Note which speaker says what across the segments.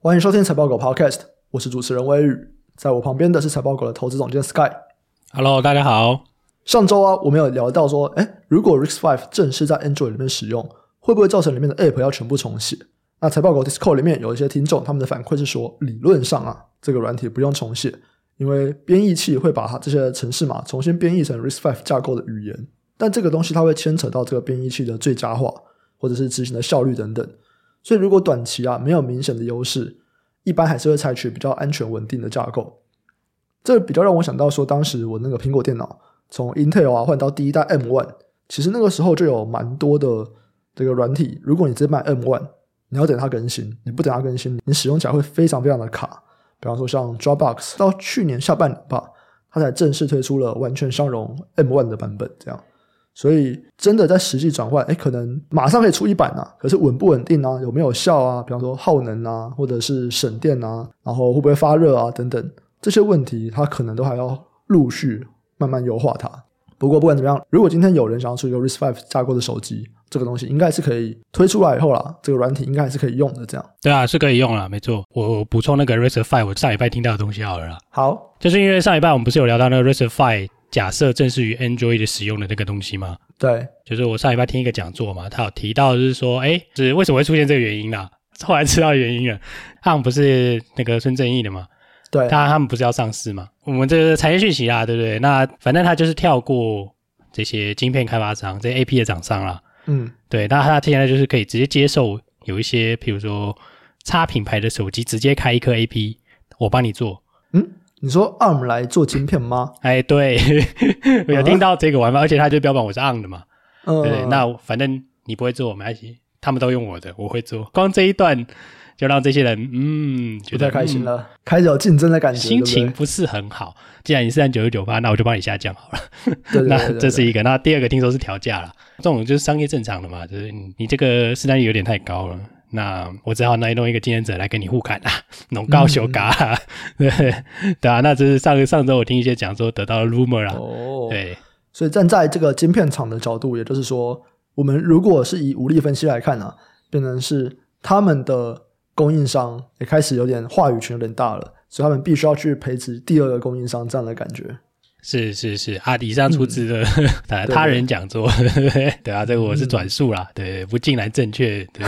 Speaker 1: 欢迎收听财报狗 Podcast， 我是主持人威宇，在我旁边的是财报狗的投资总监 Sky。Hello，
Speaker 2: 大家好。
Speaker 1: 上周我们有聊到说，如果 RISC-V 正式在 Android 里面使用，会不会造成里面的 App 要全部重写？那财报狗 Discord 里面有一些听众，他们的反馈是说，理论上这个软体不用重写，因为编译器会把它这些程式码重新编译成 RISC-V 架构的语言，但这个东西它会牵扯到这个编译器的最佳化，或者是执行的效率等等。所以如果短期没有明显的优势，一般还是会采取比较安全稳定的架构。这比较让我想到说，当时我那个苹果电脑从 Intel 换到第一代 M1， 其实那个时候就有蛮多的这个软体，如果你直接买 M1， 你要等它更新，你不等它更新，你使用起来会非常非常的卡。比方说像 Dropbox 到去年下半年吧，它才正式推出了完全相容 M1 的版本这样。所以真的在实际转换，可能马上可以出一版可是稳不稳定有没有效比方说耗能或者是省电然后会不会发热等等，这些问题它可能都还要陆续慢慢优化它。不过不管怎么样，如果今天有人想要出一个 RISC-V 架构的手机，这个东西应该是可以推出来以后这个软体应该还是可以用的这样。
Speaker 2: 对啊，是可以用啦，没错。我补充那个 RISC-V 我上礼拜听到的东西好了啦。
Speaker 1: 好，
Speaker 2: 就是因为上礼拜我们不是有聊到那个 RISC-V 假设正式于 Android 的使用的那个东西吗？
Speaker 1: 对，
Speaker 2: 就是我上礼拜听一个讲座嘛，他有提到就是说是为什么会出现这个原因啦，后来知道原因了。他们不是那个孙正义的嘛，
Speaker 1: 对，
Speaker 2: 他们不是要上市嘛，我们这个产业讯息啦，对不对？那反正他就是跳过这些晶片开发商，这些 AP 的厂商啦，对，那他现在就是可以直接接受有一些譬如说插品牌的手机直接开一颗 AP 我帮你做。
Speaker 1: 你说 ARM 来做晶片吗？
Speaker 2: 对我有听到这个玩法，而且他就标榜我是 ARM 的嘛，对，那反正你不会做没关系，他们都用我的，我会做。光这一段就让这些人觉得
Speaker 1: 太开心了，开始有竞争的感觉，
Speaker 2: 心情不是很好。既然你是按 99%， 那我就帮你下降好了。
Speaker 1: 对
Speaker 2: 那这是一个。那第二个听说是调价了，这种就是商业正常的嘛，就是你这个市占率有点太高了，那我只好弄一个竞争者来跟你互砍弄高修嘎对啊，那这是上周我听一些讲说得到了 rumor 对，
Speaker 1: 所以站在这个晶片厂的角度，也就是说我们如果是以武力分析来看变成是他们的供应商也开始有点话语权有点大了，所以他们必须要去培植第二个供应商这样的感觉。
Speaker 2: 是以上出自的他人讲座对啊，这个我是转述啦，对，不尽然正确对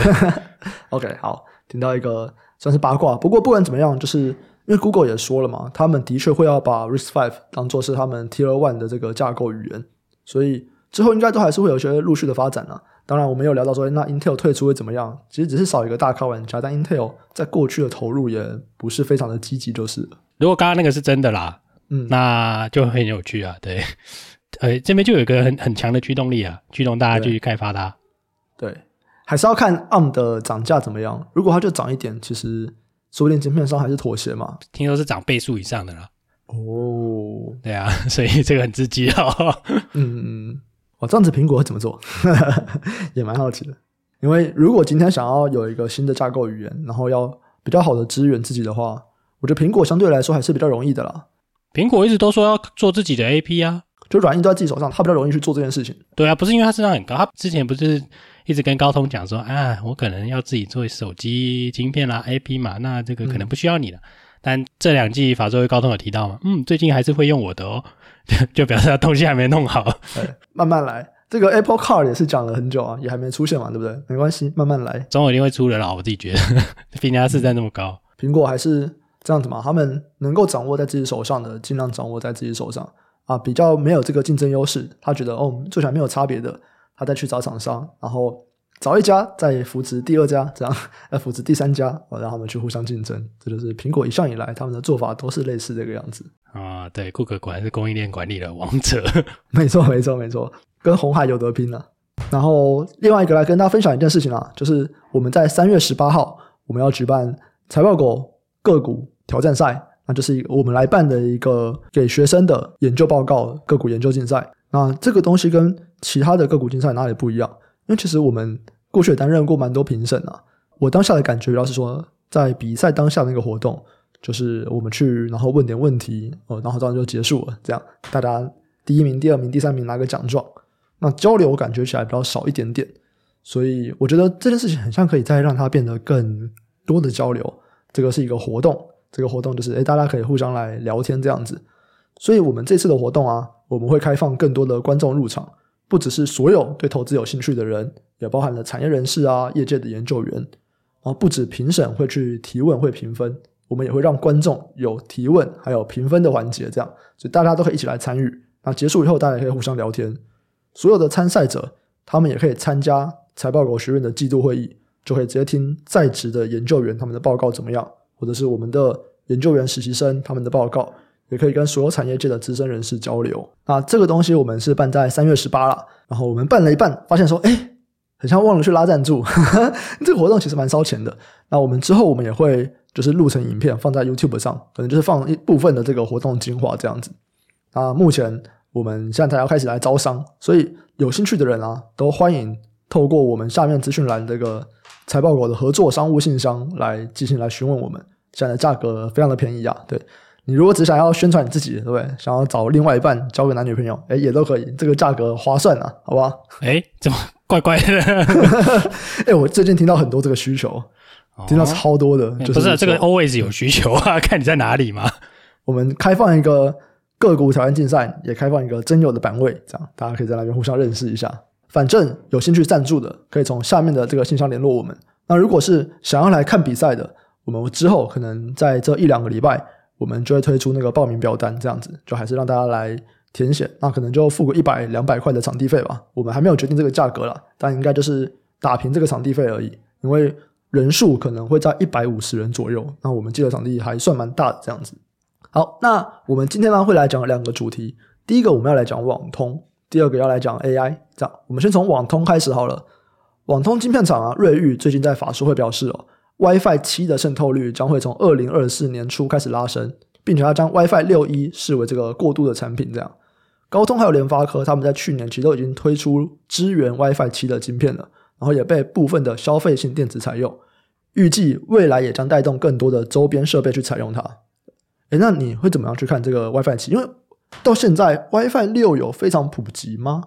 Speaker 1: OK， 好，听到一个算是八卦。不过不管怎么样，就是因为 Google 也说了嘛，他们的确会要把 RISC-V 当作是他们 Tier 1的这个架构语言，所以之后应该都还是会有一些陆续的发展当然我们有聊到说那 Intel 退出会怎么样，其实只是少一个大咖玩家，但 Intel 在过去的投入也不是非常的积极就是了。
Speaker 2: 如果刚刚那个是真的啦，那就很有趣对，这边就有一个很强的驱动力驱动大家去开发它。对，
Speaker 1: 还是要看 ARM 的涨价怎么样，如果它就涨一点，其实说不定晶片商还是妥协嘛。
Speaker 2: 听说是涨倍数以上的啦。对啊，所以这个很刺激
Speaker 1: 这样子苹果会怎么做也蛮好奇的。因为如果今天想要有一个新的架构语言，然后要比较好的支援自己的话，我觉得苹果相对来说还是比较容易的啦。
Speaker 2: 苹果一直都说要做自己的 AP
Speaker 1: 就软硬都在自己手上，他比较容易去做这件事情。
Speaker 2: 对啊，不是因为他质量很高，他之前不是一直跟高通讲说我可能要自己做手机晶片啦 AP 嘛，那这个可能不需要你了。但这2季法说会高通有提到嘛，最近还是会用我的就表示他东西还没弄好。
Speaker 1: 对，慢慢来。这个 Apple Car 也是讲了很久也还没出现嘛，对不对？没关系，慢慢来，
Speaker 2: 总有一定会出的啦，我自己觉得毕竟它市占那么高。
Speaker 1: 苹果还是这样子嘛，他们能够掌握在自己手上的尽量掌握在自己手上比较没有这个竞争优势，他觉得做起来没有差别的，他再去找厂商，然后找一家再扶持第2家，这样扶持第3家让他们去互相竞争。这就是苹果一向以来他们的做法都是类似这个样子
Speaker 2: 对，库克果然是供应链管理的王者
Speaker 1: 没错，跟鸿海有得拼然后另外一个来跟大家分享一件事情就是我们在3月18号我们要举办财报狗个股挑战赛，那就是我们来办的一个给学生的研究报告个股研究竞赛。那这个东西跟其他的个股竞赛哪里不一样？因为其实我们过去也担任过蛮多评审我当下的感觉主要是说，在比赛当下那个活动，就是我们去然后问点问题然后这样就结束了，这样大家第1名第2名第3名拿个奖状，那交流感觉起来比较少一点，，所以我觉得这件事情很像可以再让它变得更多的交流。 这个是一个活动，这个活动就是大家可以互相来聊天这样子。所以我们这次的活动啊，我们会开放更多的观众入场，不只是所有对投资有兴趣的人，也包含了产业人士啊、业界的研究员。然后不止评审会去提问会评分，我们也会让观众有提问还有评分的环节，这样所以大家都可以一起来参与。那结束以后大家也可以互相聊天，所有的参赛者他们也可以参加财报狗学院的季度会议，就可以直接听在职的研究员他们的报告怎么样，或者是我们的研究员实习生他们的报告，也可以跟所有产业界的资深人士交流。那这个东西我们是办在3月18啦，然后我们办了一半发现说很像忘了去拉赞助这个活动其实蛮烧钱的。那我们之后我们也会就是录成影片放在 YouTube 上，可能就是放一部分的这个活动精华这样子。那目前我们现在才要开始来招商，所以有兴趣的人啊，都欢迎透过我们下面资讯栏这个财报狗的合作商务信箱来寄信来询问我们。现在的价格非常的便宜啊，对，你如果只想要宣传你自己，对不对？想要找另外一半交个男女朋友，也都可以，这个价格划算啊，好不好？
Speaker 2: 怎么怪怪的
Speaker 1: 我最近听到很多这个需求，听到超多的，就是
Speaker 2: 不是这个 always 有需求啊，看你在哪里嘛。
Speaker 1: 我们开放一个个股挑战竞赛，也开放一个真有的版位，这样大家可以在那边互相认识一下。反正有兴趣赞助的，可以从下面的这个信箱联络我们。那如果是想要来看比赛的，我们之后可能在这1-2个礼拜，我们就会推出那个报名表单，这样子就还是让大家来填写，那可能就付个100-200块的场地费吧，我们还没有决定这个价格啦，但应该就是打平这个场地费而已，因为人数可能会在150人左右，那我们借的场地还算蛮大的这样子。好，那我们今天呢会来讲2个主题，第一个我们要来讲网通，第二个要来讲 AI， 这样我们先从网通开始好了。网通晶片厂啊，瑞昱最近在法说会表示WiFi 7的渗透率将会从2024年初开始拉升，并且它将 WiFi 6E 视为这个过渡的产品。这样，高通还有联发科他们在去年其实都已经推出支援 WiFi 7的晶片了，然后也被部分的消费性电子采用，预计未来也将带动更多的周边设备去采用它。那你会怎么样去看这个 WiFi 7？因为到现在 WiFi 6有非常普及吗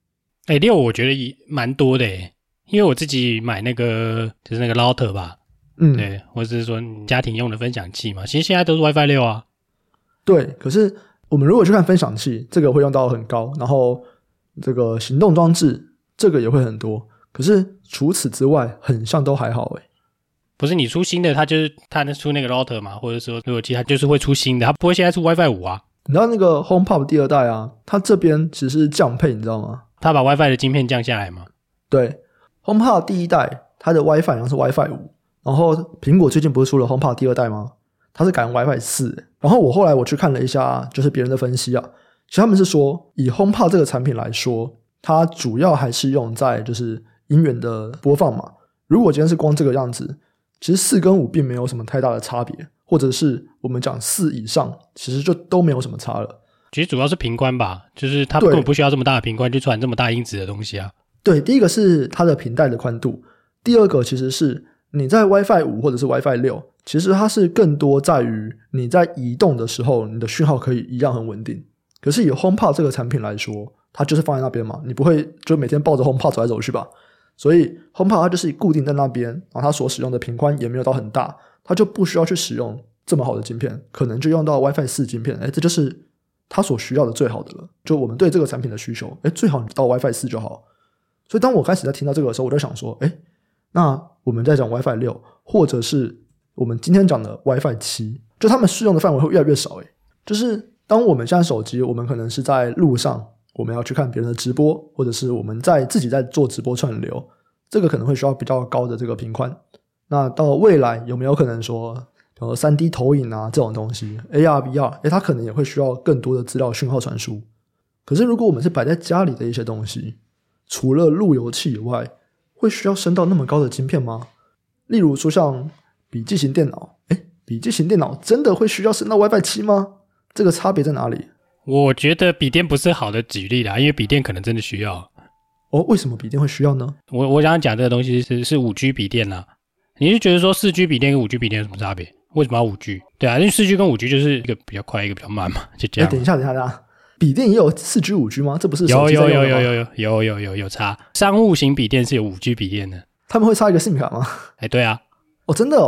Speaker 2: ？6我觉得也蛮多的因为我自己买那个就是那个 router 吧，对，或者是说你家庭用的分享器嘛，其实现在都是 WiFi 6啊。
Speaker 1: 对，可是我们如果去看分享器，这个会用到很高，然后这个行动装置这个也会很多，可是除此之外很像都还好
Speaker 2: 不是你出新的，它就是它出那个 router 嘛，或者说如果其他就是会出新的，它不会现在出 WiFi 5啊。
Speaker 1: 你知道那个 HomePod 第2代啊，它这边其实是降配，你知道吗？
Speaker 2: 它把 WiFi 的晶片降下来嘛。
Speaker 1: 对， HomePod 第1代它的 WiFi 好像是 WiFi 5，然后苹果最近不是出了 HomePod 第2代吗？它是改成 WiFi 4。然后我后来去看了一下就是别人的分析啊，其实他们是说以 HomePod 这个产品来说，它主要还是用在就是音源的播放嘛。如果今天是光这个样子，其实4跟5并没有什么太大的差别，或者是我们讲4以上其实就都没有什么差了。
Speaker 2: 其实主要是频宽吧，就是它根本不需要这么大的频宽去传这么大音质的东西啊。
Speaker 1: 对，第一个是它的频带的宽度，第二个其实是你在 WiFi 5或者是 WiFi 6，其实它是更多在于你在移动的时候你的讯号可以一样很稳定。可是以 HomePod 这个产品来说，它就是放在那边嘛，你不会就每天抱着 HomePod 走来走去吧，所以 HomePod 它就是固定在那边，然后它所使用的频宽也没有到很大，它就不需要去使用这么好的晶片，可能就用到 WiFi 4晶片，这就是它所需要的最好的了，就我们对这个产品的需求，最好你到 WiFi 4就好。所以当我开始在听到这个的时候，我就想说那我们在讲 WiFi 6或者是我们今天讲的 WiFi 7，就他们适用的范围会越来越少。就是当我们现在手机，我们可能是在路上，我们要去看别人的直播，或者是我们自己在做直播串流，这个可能会需要比较高的这个频宽。那到未来有没有可能说比如说 3D 投影啊这种东西 AR、VR， 它可能也会需要更多的资料讯号传输。可是如果我们是摆在家里的一些东西，除了路由器以外，会需要升到那么高的晶片吗？例如说像笔记型电脑，笔记型电脑真的会需要升到 WiFi 7吗？这个差别在哪里？
Speaker 2: 我觉得笔电不是好的举例啦，因为笔电可能真的需要。
Speaker 1: 为什么笔电会需要呢？
Speaker 2: 我想讲这个东西是 5G 笔电啦。你是觉得说 4G 笔电跟 5G 笔电有什么差别？为什么要 5G？ 对啊，因为 4G 跟 5G 就是一个比较快一个比较慢嘛，就这样。
Speaker 1: 等一下笔电也有 4G 5G 吗？这不是
Speaker 2: 手机在用的吗？有差。商务型笔电是有 5G 笔电的。
Speaker 1: 他们会插一个 SIM 卡吗？
Speaker 2: 对啊。
Speaker 1: 真的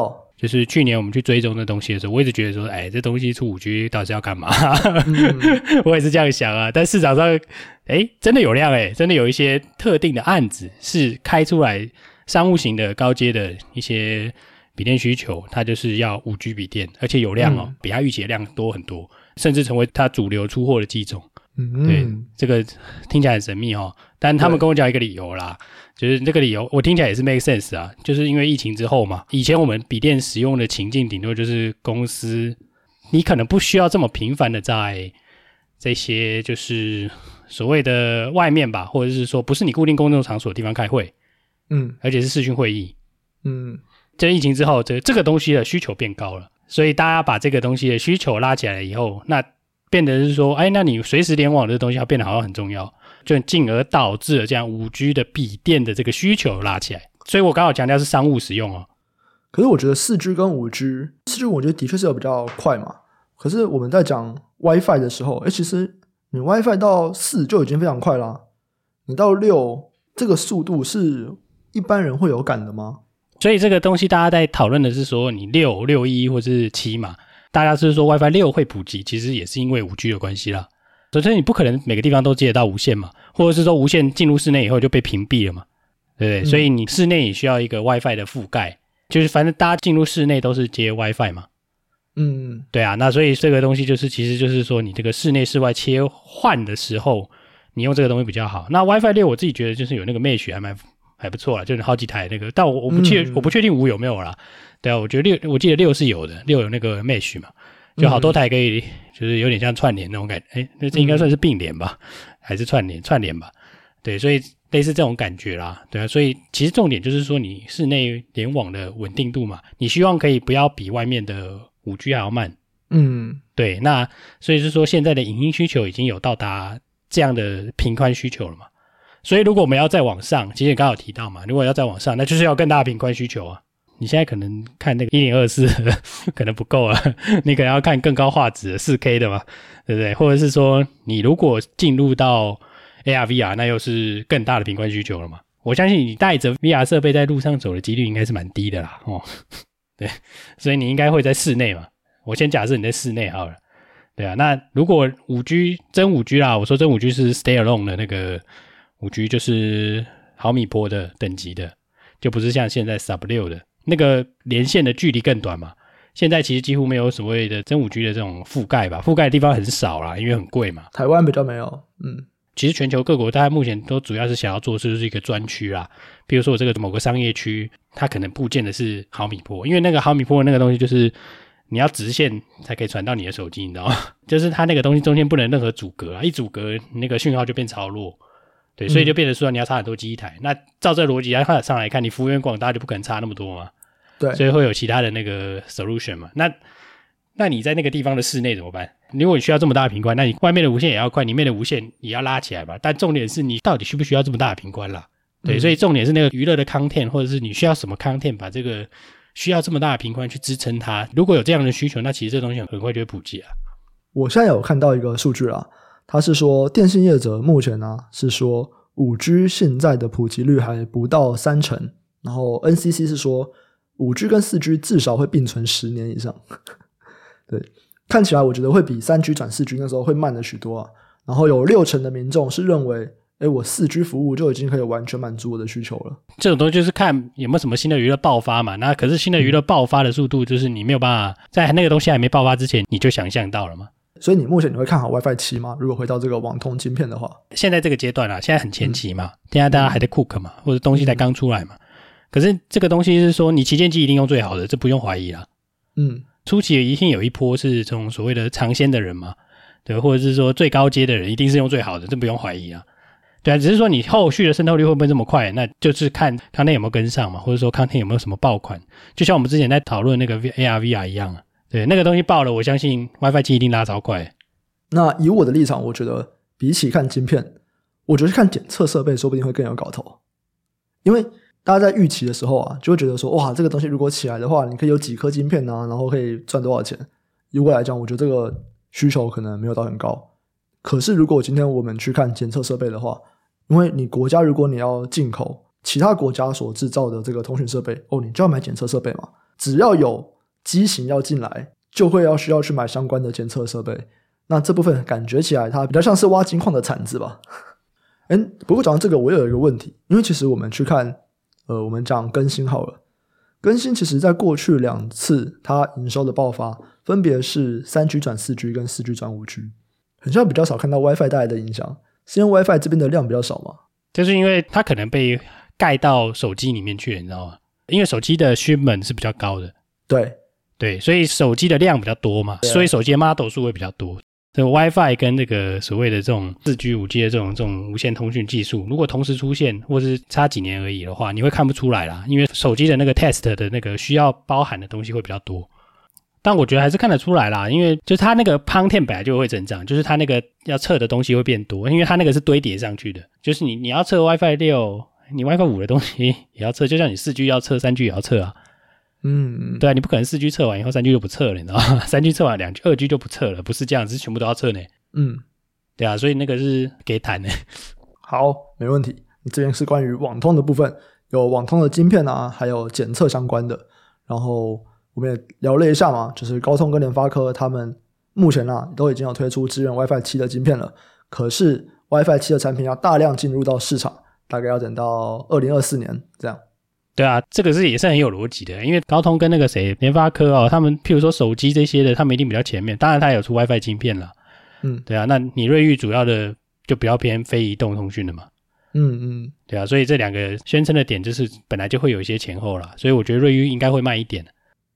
Speaker 2: 就是去年我们去追踪这东西的时候，我一直觉得说，哎，这东西出 5G 到底是要干嘛？我也是这样想啊。但市场上，哎，真的有量哎，真的有一些特定的案子是开出来商务型的高阶的一些笔电需求，它就是要 5G 笔电，而且有量哦，比它预期的量多很多，甚至成为它主流出货的机种。对，这个听起来很神秘哦，但他们跟我讲一个理由啦，就是这个理由我听起来也是 make sense 啊，就是因为疫情之后嘛，以前我们笔电使用的情境顶多就是公司，你可能不需要这么频繁的在这些就是所谓的外面吧，或者是说不是你固定工作场所的地方开会，而且是视讯会议，这疫情之后，这个东西的需求变高了，所以大家把这个东西的需求拉起来以后，那变得是说，哎，那你随时联网的东西要变得好像很重要，就进而导致了这样 5G 的笔电的这个需求拉起来。所以我刚好强调是商务使用哦。
Speaker 1: 可是我觉得 4G 跟 5G，4G 我觉得的确是有比较快嘛。可是我们在讲 WiFi 的时候，其实你 WiFi 到4就已经非常快啦，你到6这个速度是一般人会有感的吗？
Speaker 2: 所以这个东西大家在讨论的是说，你6、6E 或是7嘛。大家是说 WiFi 6会普及，其实也是因为 5G 的关系啦。首先你不可能每个地方都接得到无线嘛，或者是说无线进入室内以后就被屏蔽了嘛，对不对？所以你室内也需要一个 WiFi 的覆盖，就是反正大家进入室内都是接 WiFi 嘛。对啊，那所以这个东西就是其实就是说你这个室内室外切换的时候，你用这个东西比较好。那 WiFi 6我自己觉得就是有那个 Mesh 还不错啦，就是好几台那个，但我不确定5有没有啦。对啊，我觉得我记得6是有的，6有那个 Mesh 嘛，就好多台可以，就是有点像串联那种感觉，那这应该算是并联吧，还是串联吧？对，所以类似这种感觉啦，对啊，所以其实重点就是说你室内联网的稳定度嘛，你希望可以不要比外面的 5G 还要慢，对，那所以是说现在的影音需求已经有到达这样的频宽需求了嘛，所以如果我们要再往上，其实你刚好提到嘛，如果要再往上，那就是要更大的频宽需求啊。你现在可能看那个1024可能不够了，你可能要看更高画质的 4K 的嘛，对不对？或者是说你如果进入到 AR/VR， 那又是更大的频宽需求了嘛。我相信你带着 VR 设备在路上走的几率应该是蛮低的啦，对，所以你应该会在室内嘛。我先假设你在室内好了，对啊。那如果 5G 真 5G 啦，我说真 5G 是 Stay Alone 的那个 5G， 就是毫米波的等级的，就不是像现在 Sub 6的。那个连线的距离更短嘛，现在其实几乎没有所谓的真 5G 的这种覆盖吧，覆盖的地方很少啦，因为很贵嘛。
Speaker 1: 台湾比较没有，
Speaker 2: 其实全球各国大家目前都主要是想要做的就是一个专区啦，比如说我这个某个商业区，它可能布建的是毫米波，因为那个毫米波的那个东西就是你要直线才可以传到你的手机，你知道吗？就是它那个东西中间不能任何阻隔啊，一阻隔那个讯号就变超弱。对，所以就变成说你要插很多机台，那照这逻辑上来看，你幅员广大就不可能插那么多嘛，
Speaker 1: 对，
Speaker 2: 所以会有其他的那个 solution 嘛。那你在那个地方的室内怎么办？如果你需要这么大的频宽，那你外面的无线也要宽，里面的无线也要拉起来吧。但重点是你到底需不需要这么大的频宽啦？对，所以重点是那个娱乐的 content， 或者是你需要什么 content， 把这个需要这么大的频宽去支撑它。如果有这样的需求，那其实这东西很快就会普及啊。
Speaker 1: 我现在有看到一个数据啦。他是说电信业者目前呢是说 5G 现在的普及率还不到30%，然后 NCC 是说 5G 跟 4G 至少会并存10年以上。对，看起来我觉得会比 3G 转 4G 那时候会慢了许多啊。然后有60%的民众是认为我 4G 服务就已经可以完全满足我的需求了。
Speaker 2: 这种东西就是看有没有什么新的娱乐爆发嘛，那可是新的娱乐爆发的速度就是你没有办法在那个东西还没爆发之前你就想象到了嘛。
Speaker 1: 所以你目前你会看好 WiFi 7吗？如果回到这个网通晶片的话。
Speaker 2: 现在这个阶段啦，现在很前期嘛，现在大家还在 cook 嘛，或者东西才刚出来嘛。可是这个东西是说你旗舰机一定用最好的，这不用怀疑啦。初期一定有一波是这种所谓的尝鲜的人嘛，对，或者是说最高阶的人一定是用最好的，这不用怀疑啊。对啊，只是说你后续的渗透率会不会这么快，那就是看康内有没有跟上嘛，或者说康内有没有什么爆款，就像我们之前在讨论那个 AR/VR 一样啊。对，那个东西爆了，我相信 WiFi 7一定拉超快。
Speaker 1: 那以我的立场，我觉得比起看晶片，我觉得看检测设备说不定会更有搞头。因为大家在预期的时候啊，就会觉得说哇，这个东西如果起来的话，你可以有几颗晶片啊，然后可以赚多少钱。以我来讲，我觉得这个需求可能没有到很高。可是如果今天我们去看检测设备的话，因为你国家如果你要进口其他国家所制造的这个通讯设备，你就要买检测设备嘛。 只要有机型要进来，就会需要去买相关的监测设备。那这部分感觉起来它比较像是挖金矿的铲子吧。不过讲到这个我有一个问题，因为其实我们去看我们讲更新好了，更新其实在过去2次它营收的爆发分别是 3G 转 4G 跟 4G 转 5G， 很像比较少看到 WiFi 带来的影响，是因为 WiFi 这边的量比较少吗？
Speaker 2: 就是因为它可能被盖到手机里面去了，你知道吗？因为手机的 shipment 是比较高的，对，所以手机的量比较多嘛，所以手机的 model 数会比较多。这个 WiFi 跟这个所谓的这种 4G 5G 的这种无线通讯技术，如果同时出现或是差几年而已的话，你会看不出来啦，因为手机的那个 test 的那个需要包含的东西会比较多。但我觉得还是看得出来啦，因为就是它那个 content 本来就会增长，就是它那个要测的东西会变多，因为它那个是堆叠上去的，就是你要测 WiFi 6，你 WiFi 5的东西也要测，就像你 4G 要测 3G 也要测啊。对啊，你不可能 4G 测完以后 3G 就不测了，你知道吗？ 3G 测完 2G 就不测了，不是这样，是全部都要测呢。对啊，所以那个是给谈的。
Speaker 1: 好，没问题。这边是关于网通的部分，有网通的晶片啊，还有检测相关的。然后我们也聊了一下嘛，就是高通跟联发科他们目前都已经有推出支援 WiFi 7的晶片了，可是 WiFi 7的产品要大量进入到市场，大概要等到2024年这样。
Speaker 2: 对啊，这个也是很有逻辑的，因为高通跟那个联发科他们譬如说手机这些的，他们一定比较前面，当然他有出 WiFi 晶片啦。对啊，那你瑞昱主要的就比较偏非移动通讯的嘛。对啊，所以这两个宣称的点就是本来就会有一些前后啦，所以我觉得瑞昱应该会慢一点。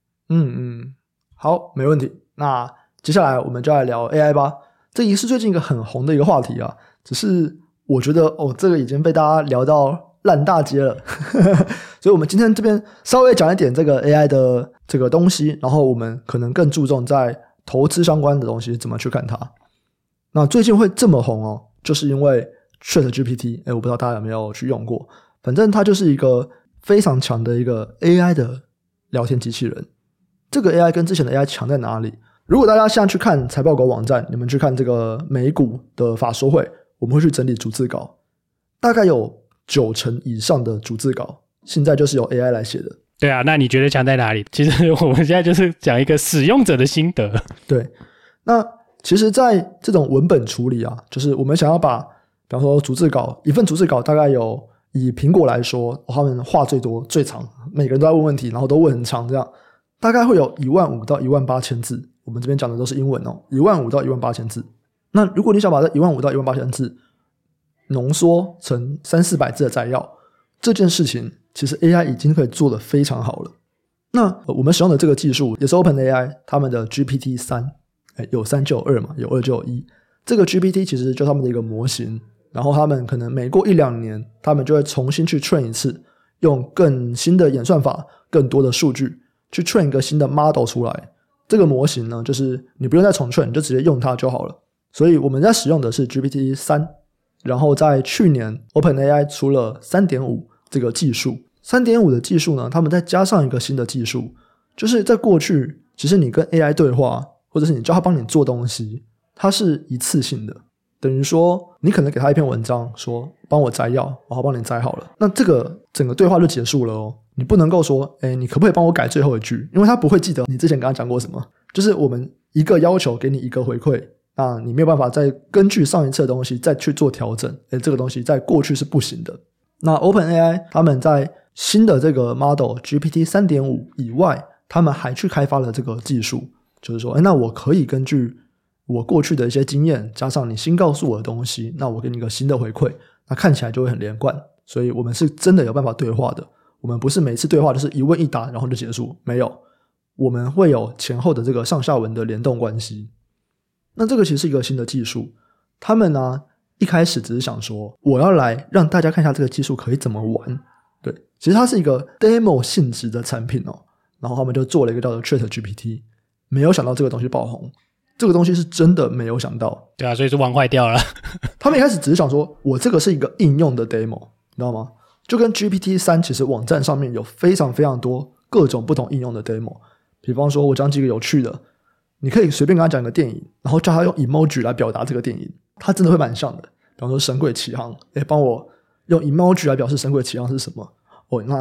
Speaker 1: 好，没问题。那接下来我们就来聊 AI 吧，这也是最近一个很红的一个话题啊，只是我觉得这个已经被大家聊到烂大街了所以我们今天这边稍微讲一点这个 AI 的这个东西，然后我们可能更注重在投资相关的东西怎么去看它。那最近会这么红就是因为 ChatGPT， 我不知道大家有没有去用过，反正它就是一个非常强的一个 AI 的聊天机器人。这个 AI 跟之前的 AI 强在哪里？如果大家现在去看财报狗网站，你们去看这个美股的法说会，我们会去整理逐字稿，大概有90%以上的逐字稿现在就是由 AI 来写的。
Speaker 2: 对啊，那你觉得强在哪里？其实我们现在就是讲一个使用者的心得。
Speaker 1: 对，那其实在这种文本处理就是我们想要把比方说逐字稿，一份逐字稿大概有，以苹果来说他们话最多最长，每个人都在问问题，然后都问很长，这样大概会有15000到18000字，我们这边讲的都是英文15000到18000字。那如果你想把这15000到18000字浓缩成300-400字的摘要，这件事情其实 AI 已经可以做得非常好了。那我们使用的这个技术也是 OpenAI 他们的 GPT-3， 有3就有2嘛，有2就有1。这个 GPT 其实就他们的一个模型，然后他们可能每过1-2年他们就会重新去 train 一次，用更新的演算法，更多的数据去 train 一个新的 model 出来。这个模型呢，就是你不用再重 train，你就直接用它就好了。所以我们在使用的是 GPT-3， 然后在去年 OpenAI 出了 3.5 这个技术。 3.5 的技术呢，他们再加上一个新的技术，就是在过去其实你跟 AI 对话，或者是你叫他帮你做东西，它是一次性的，等于说你可能给他一篇文章说帮我摘要，然后帮你摘好了，那这个整个对话就结束了你不能够说你可不可以帮我改最后一句，因为他不会记得你之前跟他讲过什么，就是我们一个要求给你一个回馈，那你没有办法再根据上一次的东西再去做调整，这个东西在过去是不行的。那 OpenAI 他们在新的这个 model GPT 3.5 以外，他们还去开发了这个技术，就是说那我可以根据我过去的一些经验加上你新告诉我的东西，那我给你一个新的回馈，那看起来就会很连贯。所以我们是真的有办法对话的，我们不是每次对话就是一问一答然后就结束，没有，我们会有前后的这个上下文的联动关系。那这个其实是一个新的技术，他们呢一开始只是想说我要来让大家看一下这个技术可以怎么玩，对，其实它是一个 demo 性质的产品然后他们就做了一个叫做 ChatGPT， 没有想到这个东西爆红，这个东西是真的没有想到。
Speaker 2: 对啊，所以是玩坏掉了
Speaker 1: 他们一开始只是想说我这个是一个应用的 demo， 你知道吗？就跟 GPT-3 其实网站上面有非常非常多各种不同应用的 demo， 比方说我讲几个有趣的，你可以随便跟他讲一个电影，然后叫他用 emoji 来表达这个电影，他真的会蛮像的。比方说神鬼奇航，帮我用 emoji 来表示神鬼奇航是什么，那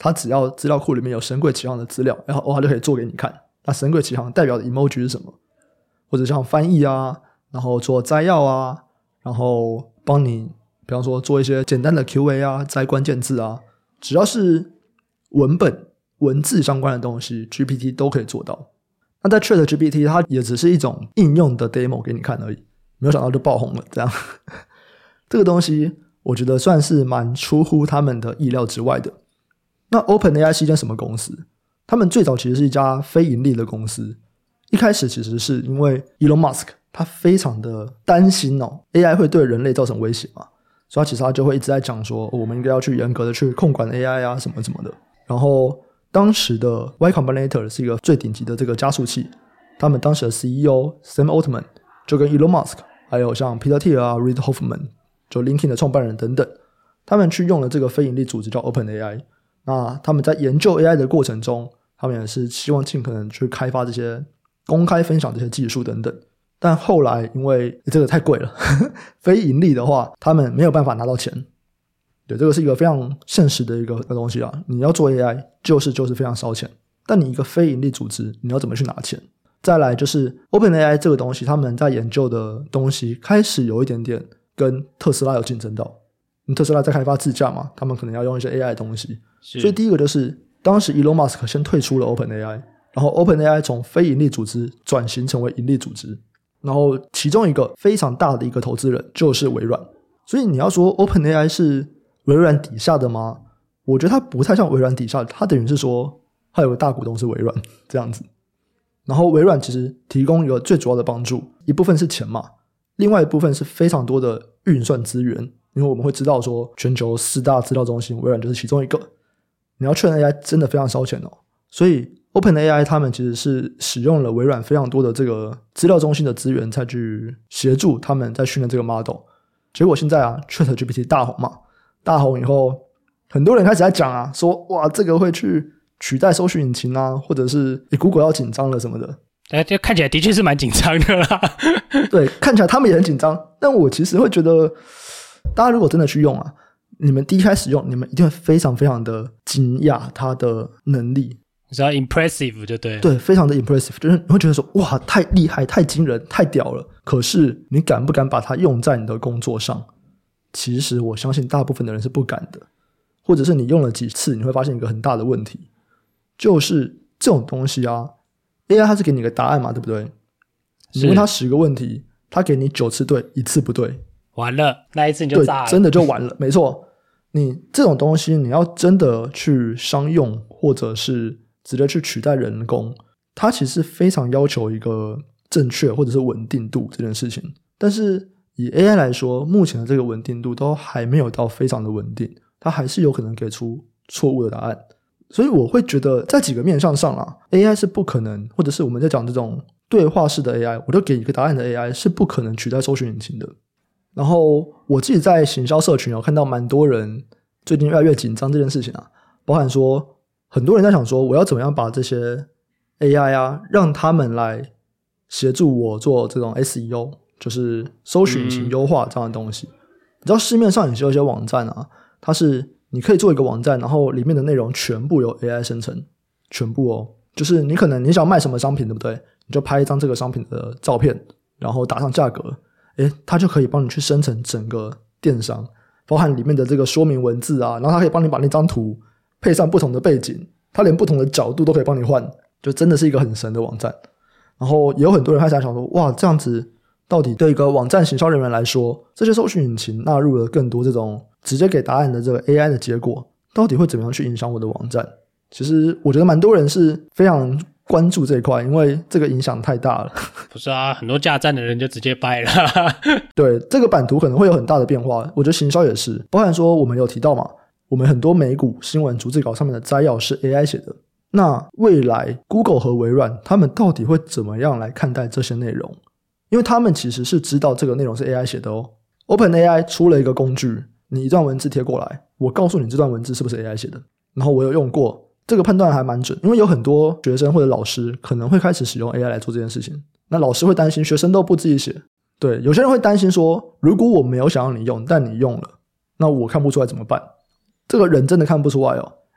Speaker 1: 它只要资料库里面有神鬼奇航的资料，然后它就可以做给你看。那神鬼奇航代表的 emoji 是什么？或者像翻译啊，然后做摘要啊，然后帮你比方说做一些简单的 QA 啊，摘关键字啊，只要是文字相关的东西 GPT 都可以做到。那在 ChatGPT 它也只是一种应用的 demo 给你看而已，没有想到就爆红了这样这个东西我觉得算是蛮出乎他们的意料之外的。那 OpenAI 是一间什么公司？他们最早其实是一家非盈利的公司，一开始其实是因为 Elon Musk 他非常的担心AI 会对人类造成威胁嘛，所以其实他就会一直在讲说，我们应该要去严格的去控管 AI 啊什么什么的。然后当时的 Y Combinator 是一个最顶级的这个加速器，他们当时的 CEO Sam Altman 就跟 Elon Musk 还有像 Peter Thiel 啊 Reid Hoffman 就 LinkedIn 的创办人等等，他们去用了这个非盈利组织叫 OpenAI。那他们在研究 AI 的过程中，他们也是希望尽可能去开发这些公开分享这些技术等等。但后来因为这个太贵了非盈利的话他们没有办法拿到钱。对，这个是一个非常现实的一个东西啊！你要做 AI 就是非常烧钱，但你一个非盈利组织你要怎么去拿钱？再来就是 OpenAI 这个东西他们在研究的东西开始有一点点跟特斯拉有竞争到，因为特斯拉在开发自驾嘛，他们可能要用一些 AI 的东西，所以第一个就是当时 Elon Musk 先退出了 OpenAI， 然后 OpenAI 从非盈利组织转型成为盈利组织，然后其中一个非常大的一个投资人就是微软。所以你要说 OpenAI 是微软底下的吗？我觉得它不太像微软底下的，它等于是说它有个大股东是微软这样子。然后微软其实提供一个最主要的帮助，一部分是钱嘛，另外一部分是非常多的运算资源，因为我们会知道说全球4大资料中心微软就是其中一个，你要train AI 真的非常烧钱哦。所以 OpenAI 他们其实是使用了微软非常多的这个资料中心的资源才去协助他们在训练这个 model。 结果现在啊 ChatGPT 大红嘛，大红以后很多人开始在讲啊，说哇这个会去取代搜寻引擎啊，或者是Google 要紧张了什么的。
Speaker 2: 就看起来的确是蛮紧张的啦
Speaker 1: 对，看起来他们也很紧张，但我其实会觉得大家如果真的去用啊，你们第一开始用你们一定会非常非常的惊讶它的能力，
Speaker 2: 你知道 impressive 就对了，
Speaker 1: 对，非常的 impressive， 就是你会觉得说哇太厉害太惊人太屌了，可是你敢不敢把它用在你的工作上？其实我相信大部分的人是不敢的，或者是你用了几次你会发现一个很大的问题，就是这种东西啊 AI 它是给你一个答案嘛，对不对？你问他10个问题，他给你9次对1次不对，
Speaker 2: 完了那一次你就炸了，
Speaker 1: 对，真的就完了没错。你这种东西你要真的去商用或者是直接去取代人工，它其实非常要求一个正确或者是稳定度这件事情，但是以 AI 来说目前的这个稳定度都还没有到非常的稳定，它还是有可能给出错误的答案。所以我会觉得在几个面向上啊 AI 是不可能，或者是我们在讲这种对话式的 AI， 我就给一个答案的 AI 是不可能取代搜寻引擎的。然后我自己在行销社群有看到蛮多人最近越来越紧张这件事情啊，包含说很多人在想说我要怎么样把这些 AI 啊让他们来协助我做这种 SEO， 就是搜寻引擎优化这样的东西。你知道市面上也是有一些网站啊，它是你可以做一个网站，然后里面的内容全部由 AI 生成，全部哦，就是你可能你想卖什么商品对不对，你就拍一张这个商品的照片，然后打上价格，它就可以帮你去生成整个电商，包含里面的这个说明文字啊，然后它可以帮你把那张图配上不同的背景，它连不同的角度都可以帮你换，就真的是一个很神的网站。然后也有很多人开始想说，哇，这样子到底对一个网站行销人员来说，这些搜寻引擎纳入了更多这种直接给答案的这个 AI 的结果，到底会怎么样去影响我的网站？其实我觉得蛮多人是非常关注这一块，因为这个影响太大了。
Speaker 2: 不是啊，很多架站的人就直接掰了
Speaker 1: 对，这个版图可能会有很大的变化，我觉得行销也是，包含说我们有提到嘛，我们很多美股新闻逐字稿上面的摘要是 AI 写的，那未来 Google 和微软他们到底会怎么样来看待这些内容？因为他们其实是知道这个内容是 AI 写的哦。 OpenAI 出了一个工具，你一段文字贴过来，我告诉你这段文字是不是 AI 写的，然后我有用过，这个判断还蛮准，因为有很多学生或者老师可能会开始使用 AI 来做这件事情，那老师会担心学生都不自己写，对，有些人会担心说如果我没有想要你用但你用了，那我看不出来怎么办？这个人真的看不出来哦。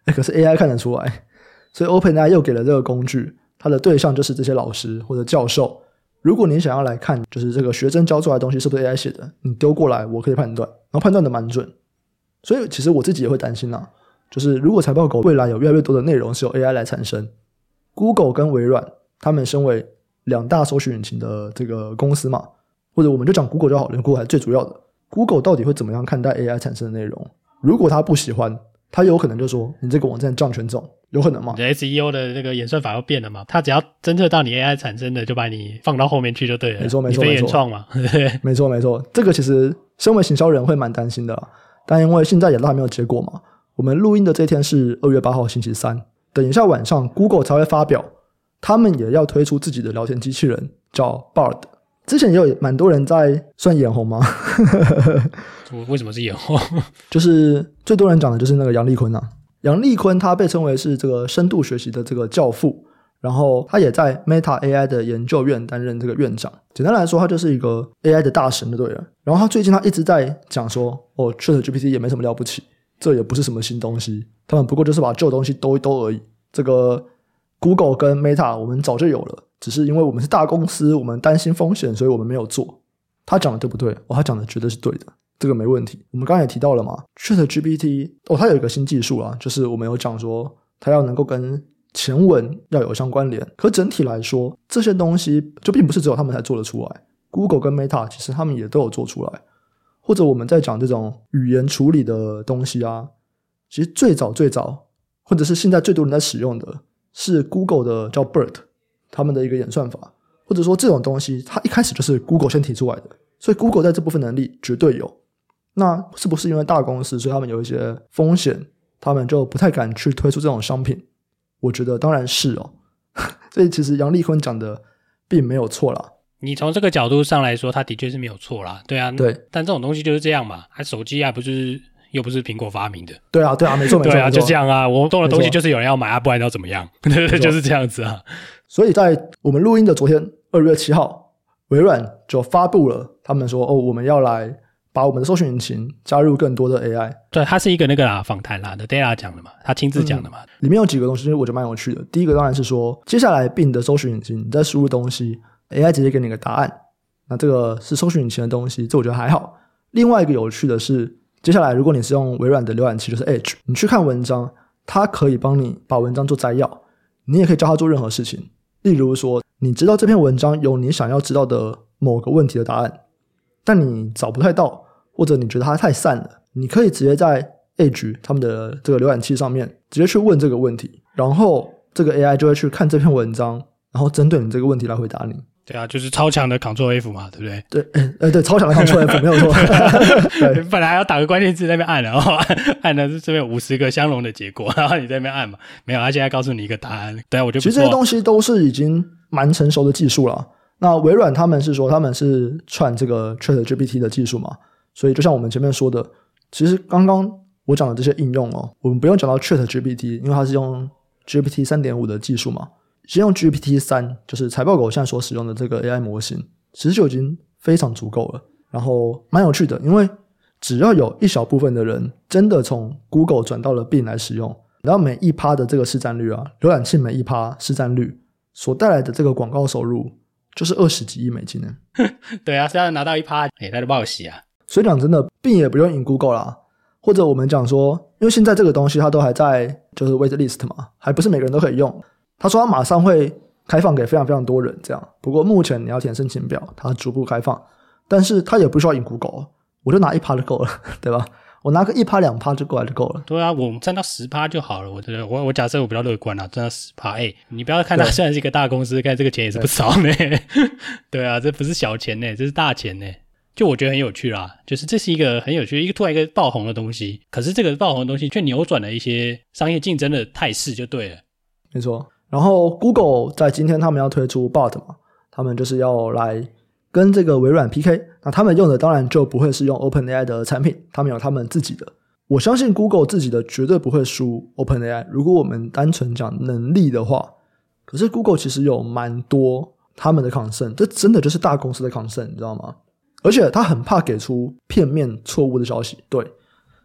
Speaker 1: 可是 AI 看得出来，所以 OpenAI 又给了这个工具，它的对象就是这些老师或者教授。如果你想要来看就是这个学生教出来的东西是不是 AI 写的，你丢过来我可以判断，然后判断的蛮准。所以其实我自己也会担心啦，就是如果财报狗未来有越来越多的内容是由 AI 来产生， Google 跟微软他们身为两大搜寻引擎的这个公司嘛，或者我们就讲 Google 就好了，因为 Google 还是最主要的。 Google 到底会怎么样看待 AI 产生的内容？如果他不喜欢，他有可能就说你这个网站降权重，有可能吗？
Speaker 2: 你的 SEO 的那个演算法要变了嘛？他只要侦测到你 AI 产生的，就把你放到后面去就对了。
Speaker 1: 没错没错，
Speaker 2: 你非原创嘛。
Speaker 1: 没错没错，这个其实身为行销人会蛮担心的啦，但因为现在也都还没有结果嘛。我们录音的这一天是2月8号星期三，等一下晚上 Google 才会发表，他们也要推出自己的聊天机器人叫 Bard。 之前也有蛮多人在算眼红吗？
Speaker 2: 为什么是眼红？
Speaker 1: 就是最多人讲的就是那个杨丽坤啊。杨丽坤他被称为是这个深度学习的这个教父，然后他也在 Meta AI 的研究院担任这个院长。简单来说他就是一个 AI 的大神就对了。然后他最近他一直在讲说ChatGPT 也没什么了不起，这也不是什么新东西，他们不过就是把旧东西兜一兜而已。这个 Google 跟 Meta 我们早就有了，只是因为我们是大公司，我们担心风险，所以我们没有做。他讲的对不对？他讲的绝对是对的，这个没问题。我们刚才也提到了嘛， ChatGPT 它有一个新技术啊，就是我们有讲说它要能够跟前文要有相关联。可整体来说这些东西就并不是只有他们才做得出来， Google 跟 Meta 其实他们也都有做出来。或者我们在讲这种语言处理的东西啊，其实最早或者是现在最多人在使用的是 Google 的叫 BERT 他们的一个演算法，或者说这种东西它一开始就是 Google 先提出来的，所以 Google 在这部分能力绝对有。那是不是因为大公司所以他们有一些风险，他们就不太敢去推出这种商品？我觉得当然是哦。所以其实杨丽坤讲的并没有错啦，
Speaker 2: 你从这个角度上来说他的确是没有错啦，对啊，
Speaker 1: 对。
Speaker 2: 但这种东西就是这样嘛，手机还不是又不是苹果发明的。
Speaker 1: 对啊没错
Speaker 2: 对啊，就这样啊，我动的东西就是有人要买啊，不然要怎么样？对对，就是这样子啊。
Speaker 1: 所以在我们录音的昨天2月7号，微软就发布了，他们说我们要来把我们的搜寻引擎加入更多的 AI。
Speaker 2: 对，他是一个那个啦访谈啦的 Data 讲的嘛，他亲自讲的嘛。
Speaker 1: 里面有几个东西我觉得蛮有趣的。第一个当然是说接下来 Bing 的搜寻引擎你在输入东西 AI 直接给你个答案，那这个是搜寻引擎的东西，这我觉得还好。另外一个有趣的是，接下来如果你是用微软的浏览器就是 Edge， 你去看文章，它可以帮你把文章做摘要，你也可以教它做任何事情。例如说你知道这篇文章有你想要知道的某个问题的答案，但你找不太到，或者你觉得它太散了，你可以直接在 Edge 他们的这个浏览器上面直接去问这个问题，然后这个 AI 就会去看这篇文章，然后针对你这个问题来回答你。
Speaker 2: 对啊，就是超强的 Ctrl+F 嘛，对不对？
Speaker 1: 对，对，超强的 Ctrl+F 没有错。
Speaker 2: 对，本来还要打个关键字在那边按，然后按的是这边50个相容的结果，然后你在那边按嘛，没有，他现在告诉你一个答案。对啊，我就
Speaker 1: 其实这些东西都是已经蛮成熟的技术了。那微软他们是说他们是串这个 ChatGPT 的技术嘛，所以就像我们前面说的，其实刚刚我讲的这些应用我们不用讲到 ChatGPT， 因为它是用 GPT 3.5 的技术嘛。先用 GPT-3 就是财报狗现在所使用的这个 AI 模型，其实就已经非常足够了。然后蛮有趣的，因为只要有一小部分的人真的从 Google 转到了 Bing 来使用，然后每1%的这个市占率啊，浏览器每1%市占率所带来的这个广告收入就是20几亿美金呢。
Speaker 2: 对啊，现在拿到1%，他就报喜啊。
Speaker 1: 所以讲真的 Bing 也不用赢 Google 啦。或者我们讲说，因为现在这个东西它都还在就是 waitlist 嘛，还不是每个人都可以用。他说他马上会开放给非常非常多人这样，不过目前你要填申请表，他逐步开放，但是他也不需要赢 Google， 我就拿1%就够了，对吧？我拿个1%、2%就过来就够了。
Speaker 2: 对啊，我占到10%就好了。我假设我比较乐观啦，占到10%。你不要看它虽然是一个大公司，看这个钱也是不少呢。对啊，这不是小钱呢，这是大钱呢。就我觉得很有趣啦，就是这是一个很有趣突然一个爆红的东西，可是这个爆红的东西却扭转了一些商业竞争的态势就对了。
Speaker 1: 没错。然后 Google 在今天他们要推出 Bard 嘛，他们就是要来跟这个微软 PK， 那他们用的当然就不会是用 OpenAI 的产品，他们有他们自己的。我相信 Google 自己的绝对不会输 OpenAI， 如果我们单纯讲能力的话，可是 Google 其实有蛮多他们的 concern， 这真的就是大公司的 concern， 你知道吗？而且他很怕给出片面错误的消息，对，